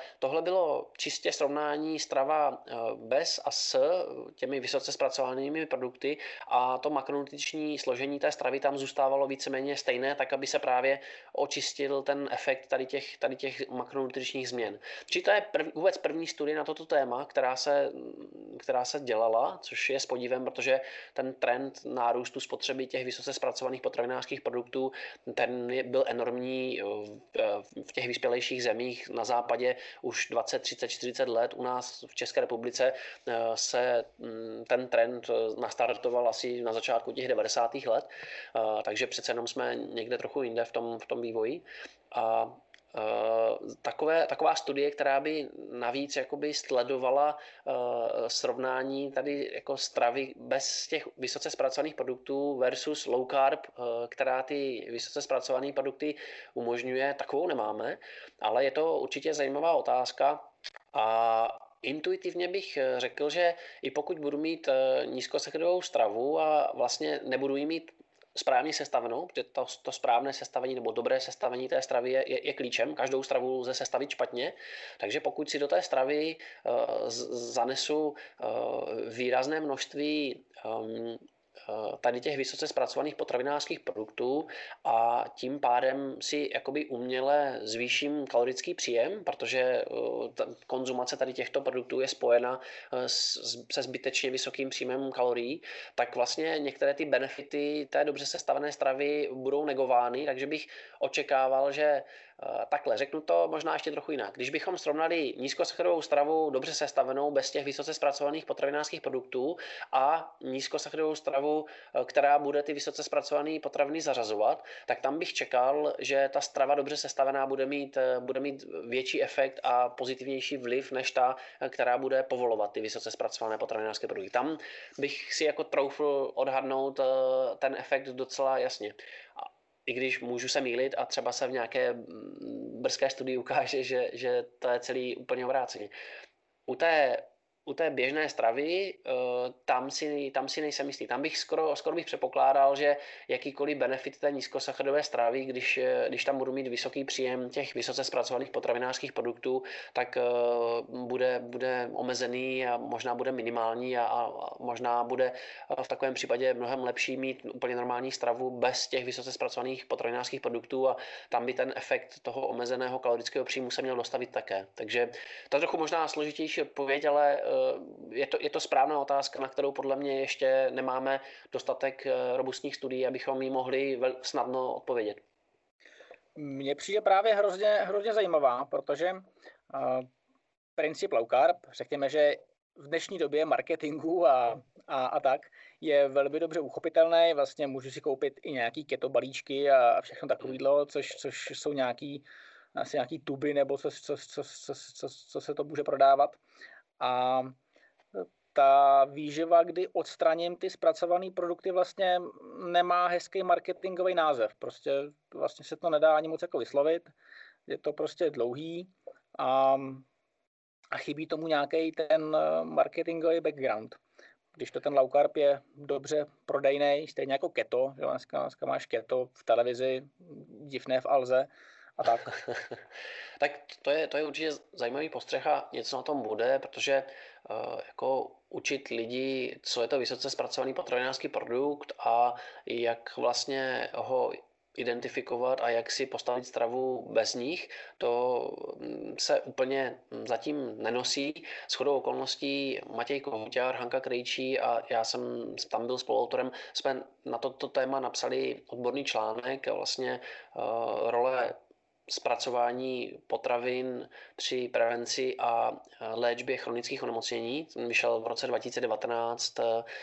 tohle bylo čistě srovnání strava bez a s těmi vysoce zpracovanými produkty a to makronutriční složení té stravy tam zůstávalo víceméně stejné, tak aby se právě očistil ten efekt tady těch makronutričních změn. Či to je vůbec první studie na toto téma, která se dělala, což je s podívem, protože ten trend nárůstu spotřeby těch vysoce zpracovaných potravinářských produktů, ten byl enormní v těch vyspělejších zemích na západě už 20, 30, 40 let. U nás v České republice se ten trend nastartoval asi na začátku těch 90. let, takže přece jenom jsme někde trochu jinde v tom vývoji. A taková studie, která by navíc jakoby sledovala srovnání tady jako stravy bez těch vysoce zpracovaných produktů versus low carb, která ty vysoce zpracované produkty umožňuje, takovou nemáme, ale je to určitě zajímavá otázka a intuitivně bych řekl, že i pokud budu mít nízkosacharidovou stravu a vlastně nebudu ji mít správně sestavenou, protože to správné sestavení nebo dobré sestavení té stravy je klíčem. Každou stravu lze sestavit špatně, takže pokud si do té stravy zanesu výrazné množství tady těch vysoce zpracovaných potravinářských produktů a tím pádem si jakoby uměle zvýším kalorický příjem, protože konzumace tady těchto produktů je spojena se zbytečně vysokým příjmem kalorií, tak vlastně některé ty benefity té dobře sestavené stravy budou negovány, takže bych očekával, že takhle, řeknu to možná ještě trochu jinak. Když bychom srovnali nízkosacharidovou stravu dobře sestavenou bez těch vysoce zpracovaných potravinářských produktů a nízkosacharidovou stravu, která bude ty vysoce zpracované potraviny zařazovat, tak tam bych čekal, že ta strava dobře sestavená bude mít větší efekt a pozitivnější vliv než ta, která bude povolovat ty vysoce zpracované potravinářské produkty. Tam bych si jako troufl odhadnout ten efekt docela jasně. I když můžu se mýlit a třeba se v nějaké brzké studii ukáže, že to je celý úplně obráceně. U té běžné stravy tam si nejsem jistý. Tam bych skoro bych předpokládal, že jakýkoliv benefit té nízkosacharidové stravy, když tam budu mít vysoký příjem těch vysoce zpracovaných potravinářských produktů, tak bude omezený a možná bude minimální a možná bude v takovém případě mnohem lepší mít úplně normální stravu bez těch vysoce zpracovaných potravinářských produktů a tam by ten efekt toho omezeného kalorického příjmu se měl dostavit také. Takže to je trochu možná složitější odpověď, ale je to správná otázka, na kterou podle mě ještě nemáme dostatek robustních studií, abychom ji mohli snadno odpovědět. Mně přijde právě hrozně zajímavá, protože princip low carb, řekněme, že v dnešní době marketingu a tak je velmi dobře uchopitelný. Vlastně můžu si koupit i nějaký keto balíčky a všechno takovýhle, což jsou nějaký tuby nebo co se to může prodávat. A ta výživa, kdy odstraním ty zpracované produkty, vlastně nemá hezký marketingový název. Prostě vlastně se to nedá ani moc jako vyslovit. Je to prostě dlouhý a chybí tomu nějaký ten marketingový background. Když to ten low carb je dobře prodejný, stejně jako keto, že dneska máš keto v televizi, divné v Alze a tak. Tak to je určitě zajímavý postřeh a něco na tom bude, protože jako učit lidi, co je to vysoce zpracovaný potravinářský produkt a jak vlastně ho identifikovat a jak si postavit stravu bez nich, to se úplně zatím nenosí. Shodou okolností Matěj Kohouťár, Hanka Krejčí a já jsem tam byl spoluautorem, jsme na toto téma napsali odborný článek, vlastně role zpracování potravin při prevenci a léčbě chronických onemocnění. Vyšel v roce 2019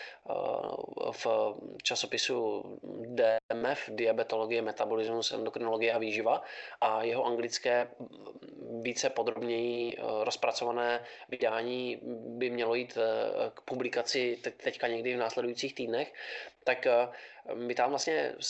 v časopisu DMF, Diabetologie, metabolismus, endokrinologie a výživa a jeho anglické více podrobněji rozpracované vydání by mělo jít k publikaci teďka někdy v následujících týdnech. Tak my tam vlastně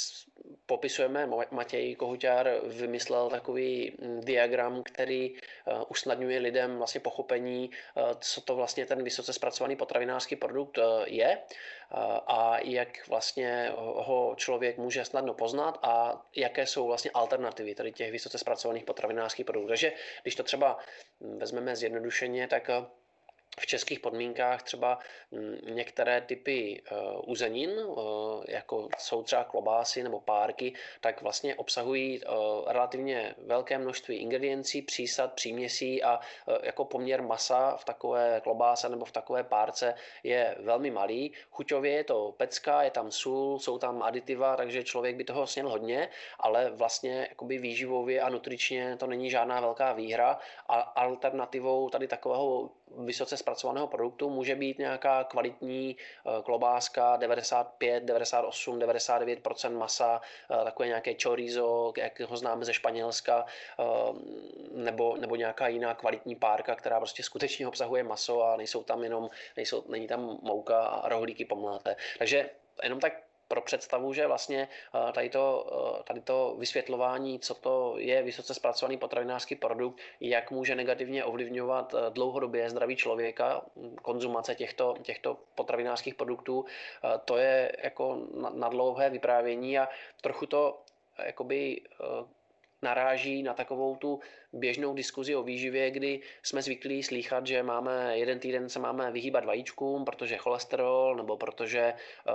popisujeme, Matěj Kohuťár vymyslel takový diagram, který usnadňuje lidem vlastně pochopení, co to vlastně ten vysoce zpracovaný potravinářský produkt je a jak vlastně ho člověk může snadno poznat a jaké jsou vlastně alternativy tady těch vysoce zpracovaných potravinářských produktů. Takže když to třeba vezmeme zjednodušeně, tak v českých podmínkách třeba některé typy uzenin, jako jsou třeba klobásy nebo párky, tak vlastně obsahují relativně velké množství ingrediencí, přísad, příměsí a jako poměr masa v takové klobáse nebo v takové párce je velmi malý. Chuťově je to pecka, je tam sůl, jsou tam aditiva, takže člověk by toho snědl hodně, ale vlastně jakoby výživově a nutričně to není žádná velká výhra a alternativou tady takového vysoce zpracovaného produktu může být nějaká kvalitní klobáska 95, 98, 99% masa, takové nějaké chorizo, jak ho známe ze Španělska, nebo nějaká jiná kvalitní párka, která prostě skutečně obsahuje maso a není tam mouka a rohlíky pomlaté. Takže jenom tak pro představu, že vlastně tady to vysvětlování, co to je vysoce zpracovaný potravinářský produkt, jak může negativně ovlivňovat dlouhodobě zdraví člověka, konzumace těchto potravinářských produktů, to je jako na dlouhé vyprávění a trochu to jakoby naráží na takovou tu běžnou diskuzi o výživě, kdy jsme zvyklí slýchat, že jeden týden se máme vyhýbat vajíčkům, protože cholesterol, nebo protože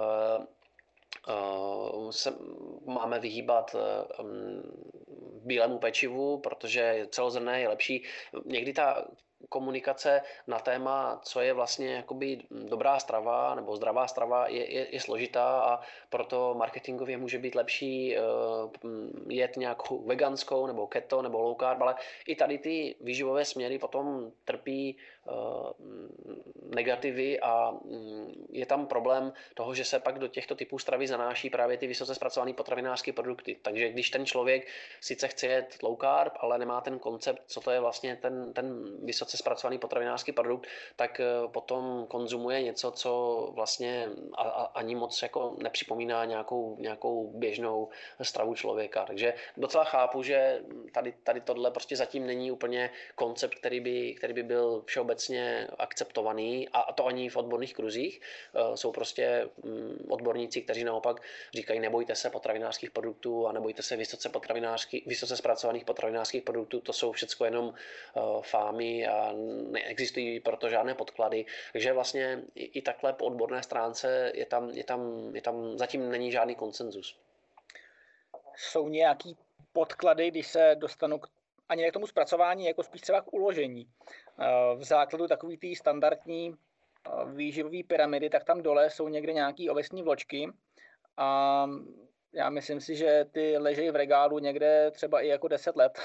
se máme vyhýbat bílému pečivu, protože celozrnné je lepší. Někdy ta komunikace na téma, co je vlastně jakoby dobrá strava nebo zdravá strava, je složitá a proto marketingově může být lepší jet nějakou veganskou nebo keto nebo low carb, ale i tady ty výživové směry potom trpí negativy a je tam problém toho, že se pak do těchto typů stravy zanáší právě ty vysoce zpracované potravinářské produkty. Takže když ten člověk sice chce jet low carb, ale nemá ten koncept, co to je vlastně ten vysoce zpracovaný potravinářský produkt, tak potom konzumuje něco, co vlastně ani moc jako nepřipomíná nějakou běžnou stravu člověka. Takže docela chápu, že tady tohle prostě zatím není úplně koncept, který by byl všeobecně akceptovaný a to ani v odborných kruzích. Jsou prostě odborníci, kteří naopak říkají, nebojte se potravinářských produktů a nebojte se vysoce zpracovaných potravinářských produktů, to jsou všechno jenom fámy a neexistují proto žádné podklady. Takže vlastně i takhle po odborné stránce je tam zatím není žádný konsenzus. Jsou nějaký podklady, když se dostanu ani ne k tomu zpracování, jako spíš třeba k uložení. V základu takový ty standardní výživové pyramidy, tak tam dole jsou někde nějaký ovesní vločky a já myslím si, že ty ležejí v regálu někde třeba i jako 10 let.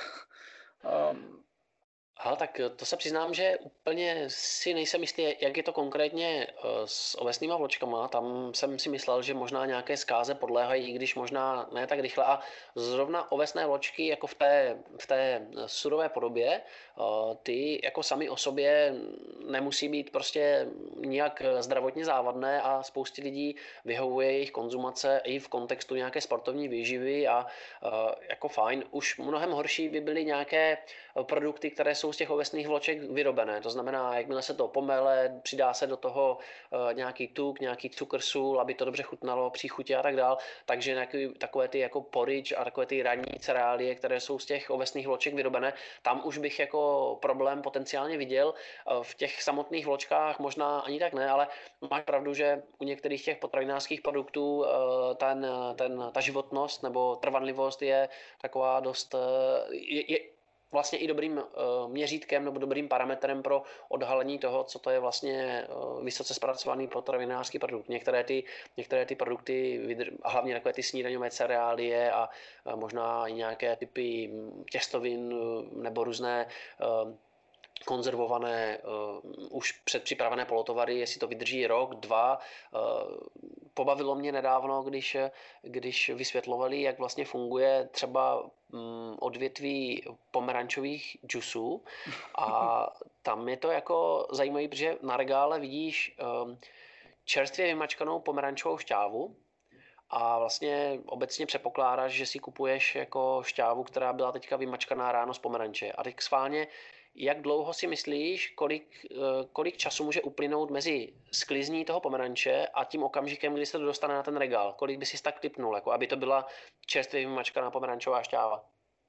Aha, tak to se přiznám, že úplně si nejsem jistý, jak je to konkrétně s ovesnýma vločkama. Tam jsem si myslel, že možná nějaké zkáze podléhají, i když možná ne tak rychle. A zrovna ovesné vločky jako v té surové podobě, ty jako sami o sobě nemusí být prostě nijak zdravotně závadné a spoustě lidí vyhovuje jejich konzumace i v kontextu nějaké sportovní výživy a jako fajn. Už mnohem horší by byly nějaké produkty, které jsou z těch ovesných vloček vyrobené. To znamená, jakmile se to pomele, přidá se do toho nějaký tuk, nějaký cukr, sůl, aby to dobře chutnalo, příchutě a tak dál. Takže takové ty jako porridge a takové ty ranní cereálie, které jsou z těch ovesných vloček vyrobené, tam už bych jako problém potenciálně viděl. V těch samotných vločkách možná ani tak ne, ale máš pravdu, že u některých těch potravinářských produktů ta životnost nebo trvanlivost je taková dost vlastně i dobrým měřítkem nebo dobrým parametrem pro odhalení toho, co to je vlastně vysoce zpracovaný potravinářský produkt. Některé ty produkty, hlavně takové ty snídaňové cereálie a možná i nějaké typy těstovin nebo různé konzervované, už předpřipravené polotovary, jestli to vydrží rok, 2. Pobavilo mě nedávno, když vysvětlovali, jak vlastně funguje třeba odvětví pomerančových džusů a tam je to jako zajímavé, protože na regále vidíš čerstvě vymačkanou pomerančovou šťávu a vlastně obecně předpokládáš, že si kupuješ jako šťávu, která byla teďka vymačkaná ráno z pomeranče. A teď schválně, jak dlouho si myslíš, kolik času může uplynout mezi sklizní toho pomeranče a tím okamžikem, kdy se to dostane na ten regál? Kolik by si tak tipnul, jako aby to byla čerstvě vymačkaná pomerančová šťáva?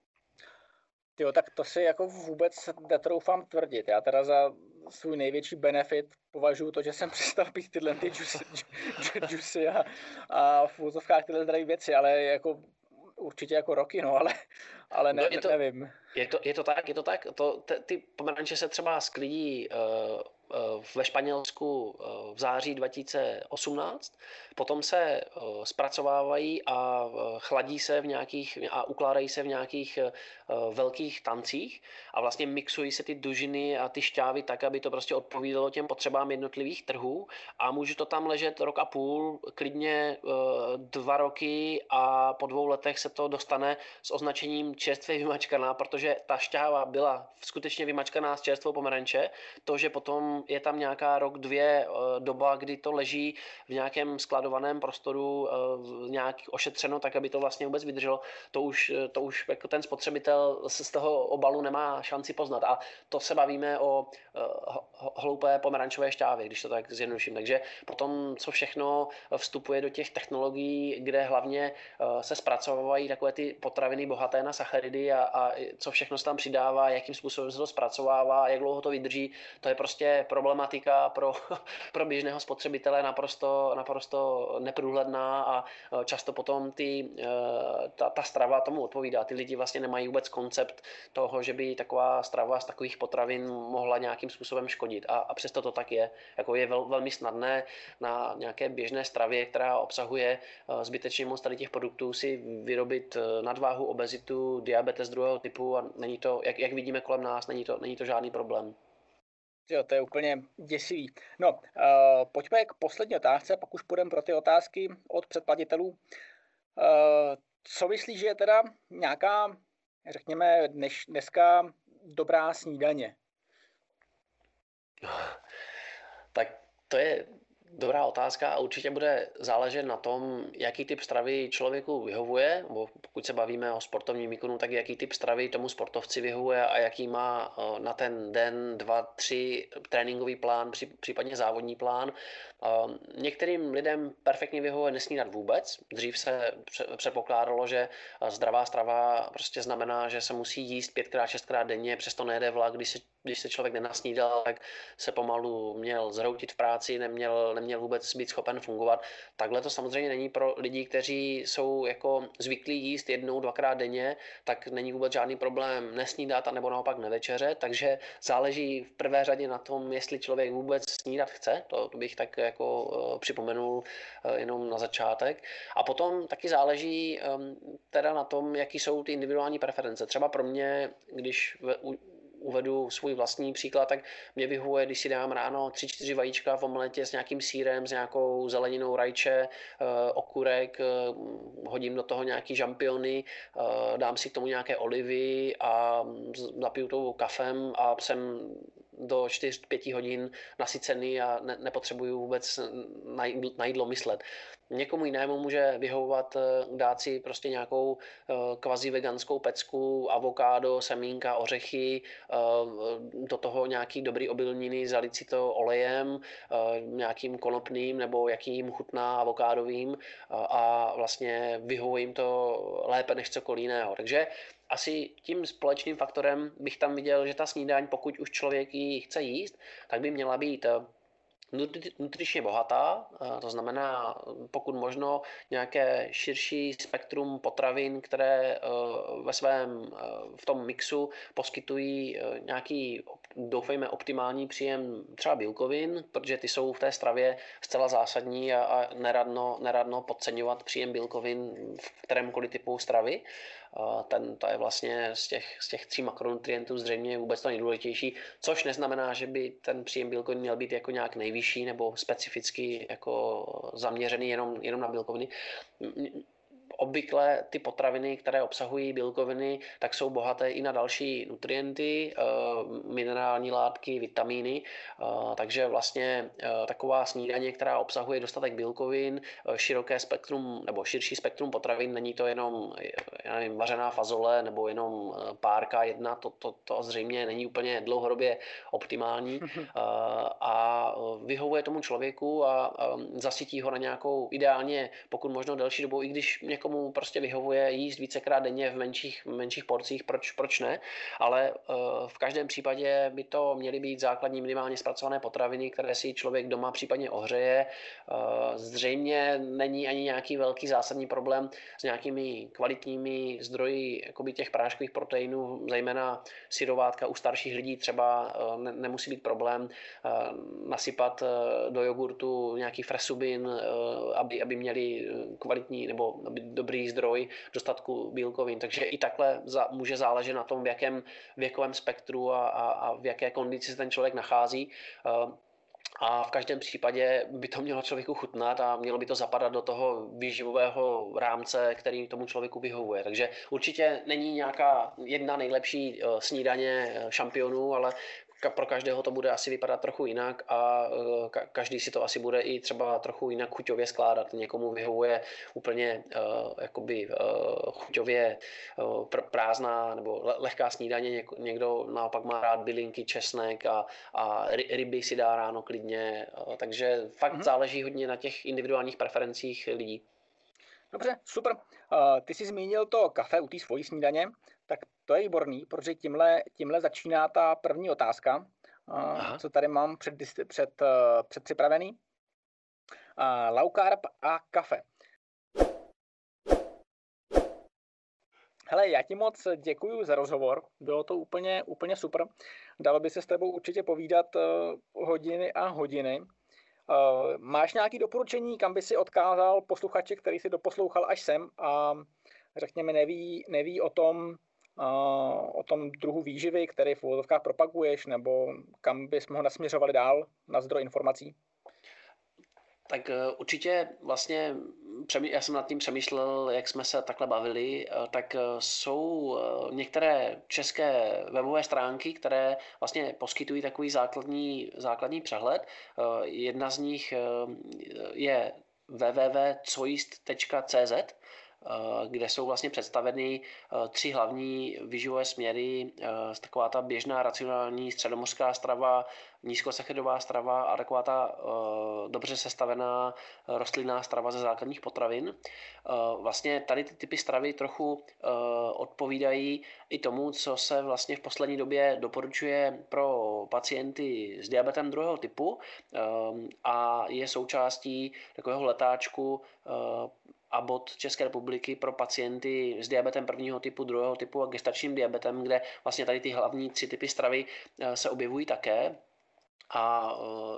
Jo, tak to si jako vůbec netroufám tvrdit. Já teda za svůj největší benefit považuji to, že jsem přestal pít tyhle ty džusy a v úzovkách tyhle zdraví věci, ale jako určitě jako roky, no, ale ne, nevím. Je to tak. Ty pomeranče se třeba sklidí ve Španělsku v září 2018, potom se zpracovávají a chladí se a ukládají se v nějakých velkých tancích a vlastně mixují se ty dužiny a ty šťávy tak, aby to prostě odpovídalo těm potřebám jednotlivých trhů a může to tam ležet rok a půl, klidně 2 roky a po 2 letech se to dostane s označením čerstvě vymačkaná, protože ta šťáva byla skutečně vymačkaná z čerstvou pomeranče. To, že potom je tam nějaká rok, 2 doba, kdy to leží v nějakém skladovaném prostoru nějak ošetřeno, tak aby to vlastně vůbec vydrželo, to už jako ten spotřebitel z toho obalu nemá šanci poznat. A to se bavíme o hloupé pomerančové šťávě, když to tak zjednoduším. Takže potom, co všechno vstupuje do těch technologií, kde hlavně se zpracovávají takové ty potraviny bohaté na sacharidy a co všechno se tam přidává, jakým způsobem se to zpracovává, jak dlouho to vydrží, to je prostě problematika pro běžného spotřebitele naprosto neprůhledná a často potom ta strava tomu odpovídá. Ty lidi vlastně nemají vůbec koncept toho, že by taková strava z takových potravin mohla nějakým způsobem škodit. A přesto to tak je. Jako je velmi snadné na nějaké běžné stravě, která obsahuje zbytečně moc tady těch produktů, si vyrobit nadváhu, obezitu, diabetes druhého typu a není to, jak vidíme kolem nás, není to žádný problém. Jo, to je úplně děsivý. No, pojďme k poslední otázce, pak už půjdeme pro ty otázky od předplatitelů. Co myslíš, že je teda nějaká, řekněme, dneska dobrá snídaně? Tak to je dobrá otázka a určitě bude záležet na tom, jaký typ stravy člověku vyhovuje, nebo pokud se bavíme o sportovním výkonu, tak jaký typ stravy tomu sportovci vyhovuje a jaký má na ten den 2, 3 tréninkový plán, případně závodní plán. Některým lidem perfektně vyhovuje nesnídat vůbec. Dřív se předpokládalo, že zdravá strava prostě znamená, že se musí jíst 5x, 6x denně, přesto nejede vlak, když se člověk nenasnídal, tak se pomalu měl zhroutit v práci, neměl vůbec být schopen fungovat. Takhle to samozřejmě není pro lidi, kteří jsou jako zvyklí jíst 1, 2x denně, tak není vůbec žádný problém nesnídat a nebo naopak nevečeřet, takže záleží v prvé řadě na tom, jestli člověk vůbec snídat chce, to bych tak jako připomenul jenom na začátek. A potom taky záleží teda na tom, jaký jsou ty individuální preference. Třeba pro mě, když uvedu svůj vlastní příklad, tak mě vyhovuje, když si dám ráno 3-4 vajíčka v omletě s nějakým sýrem, s nějakou zeleninou, rajče, okurek, hodím do toho nějaký žampiony, dám si k tomu nějaké olivy a napiju to kafem a jsem do 4-5 hodin nasycený a nepotřebuju vůbec na jídlo myslet. Někomu jinému může vyhovovat dát si prostě nějakou kvazi veganskou pecku, avokádo, semínka, ořechy, do toho nějaký dobrý obilniny, zalit si to olejem, nějakým konopným nebo jaký jim chutná avokádovým a vlastně vyhovuje jim to lépe než cokoliv jiného. Takže asi tím společným faktorem bych tam viděl, že ta snídaň, pokud už člověk ji chce jíst, tak by měla být nutričně bohatá, to znamená pokud možno nějaké širší spektrum potravin, které v tom mixu poskytují nějaký, doufejme, optimální příjem třeba bílkovin, protože ty jsou v té stravě zcela zásadní a neradno podceňovat příjem bílkovin v kterémkoliv typu stravy. To je vlastně z těch 3 makronutrientů zřejmě vůbec to nejdůležitější, což neznamená, že by ten příjem bílkovin měl být jako nějak nejvyšší nebo specificky jako zaměřený jenom na bílkoviny. obvykle ty potraviny, které obsahují bílkoviny, tak jsou bohaté i na další nutrienty, minerální látky, vitamíny, takže vlastně taková snídaně, která obsahuje dostatek bílkovin, široké spektrum nebo širší spektrum potravin, není to jenom, já nevím, vařená fazole nebo jenom párka jedna, to zřejmě není úplně dlouhodobě optimální a vyhovuje tomu člověku a zasytí ho na nějakou ideálně, pokud možno delší dobu, i když někomu prostě vyhovuje jíst vícekrát denně v menších porcích, proč ne, ale v každém případě by to měly být základní minimálně zpracované potraviny, které si člověk doma případně ohřeje. Zřejmě není ani nějaký velký zásadní problém s nějakými kvalitními zdroji jakoby těch práškových proteinů, zejména syrovátka u starších lidí třeba nemusí být problém nasypat do jogurtu nějaký fresubin, aby měli kvalitní nebo dobrý zdroj dostatku bílkovin. Takže i takhle může záležet na tom, v jakém věkovém spektru a v jaké kondici se ten člověk nachází. A v každém případě by to mělo člověku chutnat a mělo by to zapadat do toho výživového rámce, který tomu člověku vyhovuje. Takže určitě není nějaká jedna nejlepší snídaně šampionů, ale pro každého to bude asi vypadat trochu jinak a každý si to asi bude i třeba trochu jinak chuťově skládat. Někomu vyhovuje úplně chuťově prázdná nebo lehká snídaně, někdo naopak má rád bylinky, česnek a ryby si dá ráno klidně, takže fakt záleží hodně na těch individuálních preferencích lidí. Dobře, super. Ty jsi zmínil to kafe u té svojí snídaně, tak to je výborný, protože tímhle začíná ta první otázka, co tady mám předpřipravený. Low carb a kafe. Hele, já ti moc děkuju za rozhovor, bylo to úplně super. Dalo by se s tebou určitě povídat hodiny a hodiny. Máš nějaké doporučení, kam by si odkázal posluchače, který si doposlouchal až sem a řekněme neví o tom druhu výživy, který v uvozovkách propaguješ, nebo kam bys mohl nasměřovali dál na zdroj informací? Tak určitě vlastně, já jsem nad tím přemýšlel, jak jsme se takhle bavili, tak jsou některé české webové stránky, které vlastně poskytují takový základní přehled. Jedna z nich je www.coist.cz, kde jsou vlastně představeny 3 hlavní výživové směry, taková ta běžná racionální středomořská strava, nízkosacharidová strava a taková ta dobře sestavená rostlinná strava ze základních potravin. Vlastně tady ty typy stravy trochu odpovídají i tomu, co se vlastně v poslední době doporučuje pro pacienty s diabetem 2. typu a je součástí takového letáčku ABOT České republiky pro pacienty s diabetem 1. typu, 2. typu a gestačním diabetem, kde vlastně tady ty hlavní 3 typy stravy se objevují také. A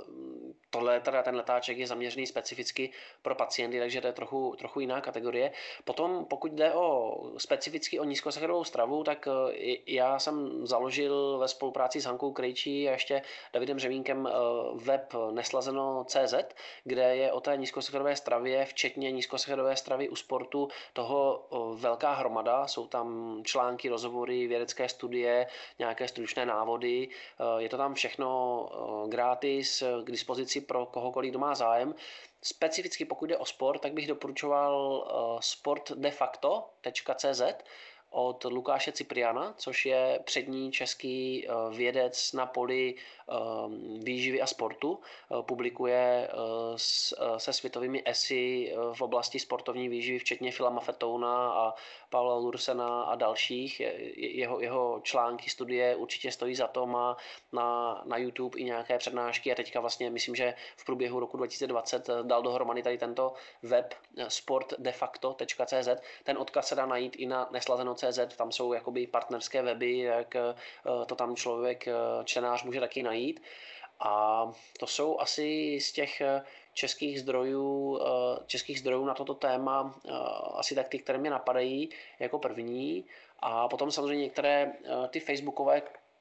ten letáček je zaměřený specificky pro pacienty, takže to je trochu jiná kategorie. Potom, pokud jde specificky o nízkosacharidovou stravu, tak já jsem založil ve spolupráci s Hankou Krejčí a ještě Davidem Řemínkem web neslazeno.cz, kde je o té nízkosacharidové stravě, včetně nízkosacharidové stravy u sportu, toho velká hromada. Jsou tam články, rozhovory, vědecké studie, nějaké stručné návody. Je to tam všechno gratis k dispozici pro kohokoliv, kdo má zájem. Specificky pokud jde o sport, tak bych doporučoval sportdefacto.cz od Lukáše Cipriana, což je přední český vědec na poli výživy a sportu. Publikuje se světovými esy v oblasti sportovní výživy, včetně Phila Maffetouna a Paula Lursena a dalších. Jeho články, studie určitě stojí za to, má na YouTube i nějaké přednášky a teďka vlastně myslím, že v průběhu roku 2020 dal dohromady tady tento web sportdefacto.cz. Ten odkaz se dá najít i na neslazeno.cz, tam jsou jakoby partnerské weby, jak to tam čtenář může taky najít. A to jsou asi z těch českých zdrojů na toto téma asi tak ty, které mě napadají jako první. A potom samozřejmě některé ty facebookové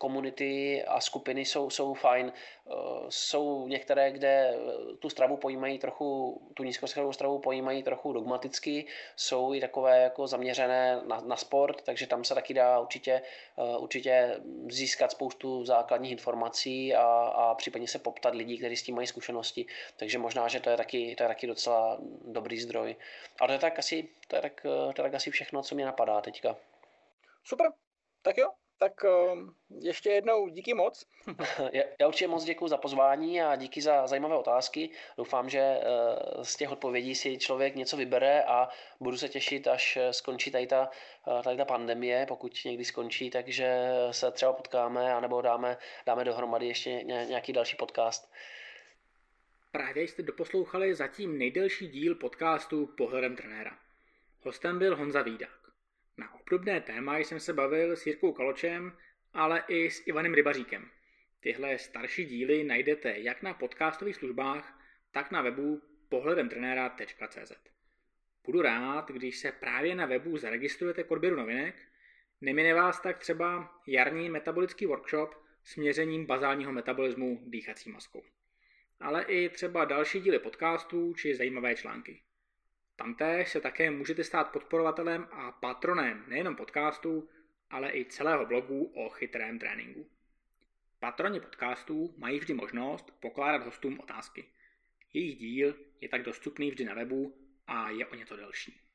komunity a skupiny jsou fajn. Jsou některé, kde tu stravu pojímají trochu, tu nízkosacharidovou stravu pojímají trochu dogmaticky, jsou i takové jako zaměřené na sport, takže tam se taky dá určitě získat spoustu základních informací a případně se poptat lidí, kteří s tím mají zkušenosti. Takže možná, že to je taky docela dobrý zdroj. Ale to je tak asi všechno, co mě napadá teďka. Super, tak jo. Tak ještě jednou díky moc. Já určitě moc děkuji za pozvání a díky za zajímavé otázky. Doufám, že z těch odpovědí si člověk něco vybere a budu se těšit, až skončí tady ta pandemie, pokud někdy skončí, takže se třeba potkáme anebo dáme dohromady ještě nějaký další podcast. Právě jste doposlouchali zatím nejdelší díl podcastu Pohledem trenéra. Hostem byl Honza Vídák. Na obdobné téma jsem se bavil s Jirkou Kaločem, ale i s Ivanem Rybaříkem. Tyhle starší díly najdete jak na podcastových službách, tak na webu pohledemtrenéra.cz. Budu rád, když se právě na webu zaregistrujete k odběru novinek. Nemine vás tak třeba jarní metabolický workshop s měřením bazálního metabolismu dýchací maskou. Ale i třeba další díly podcastů či zajímavé články. Tamtéž se také můžete stát podporovatelem a patronem nejenom podcastu, ale i celého blogu o chytrém tréninku. Patroni podcastů mají vždy možnost pokládat hostům otázky. Jejich díl je tak dostupný vždy na webu a je o něco delší.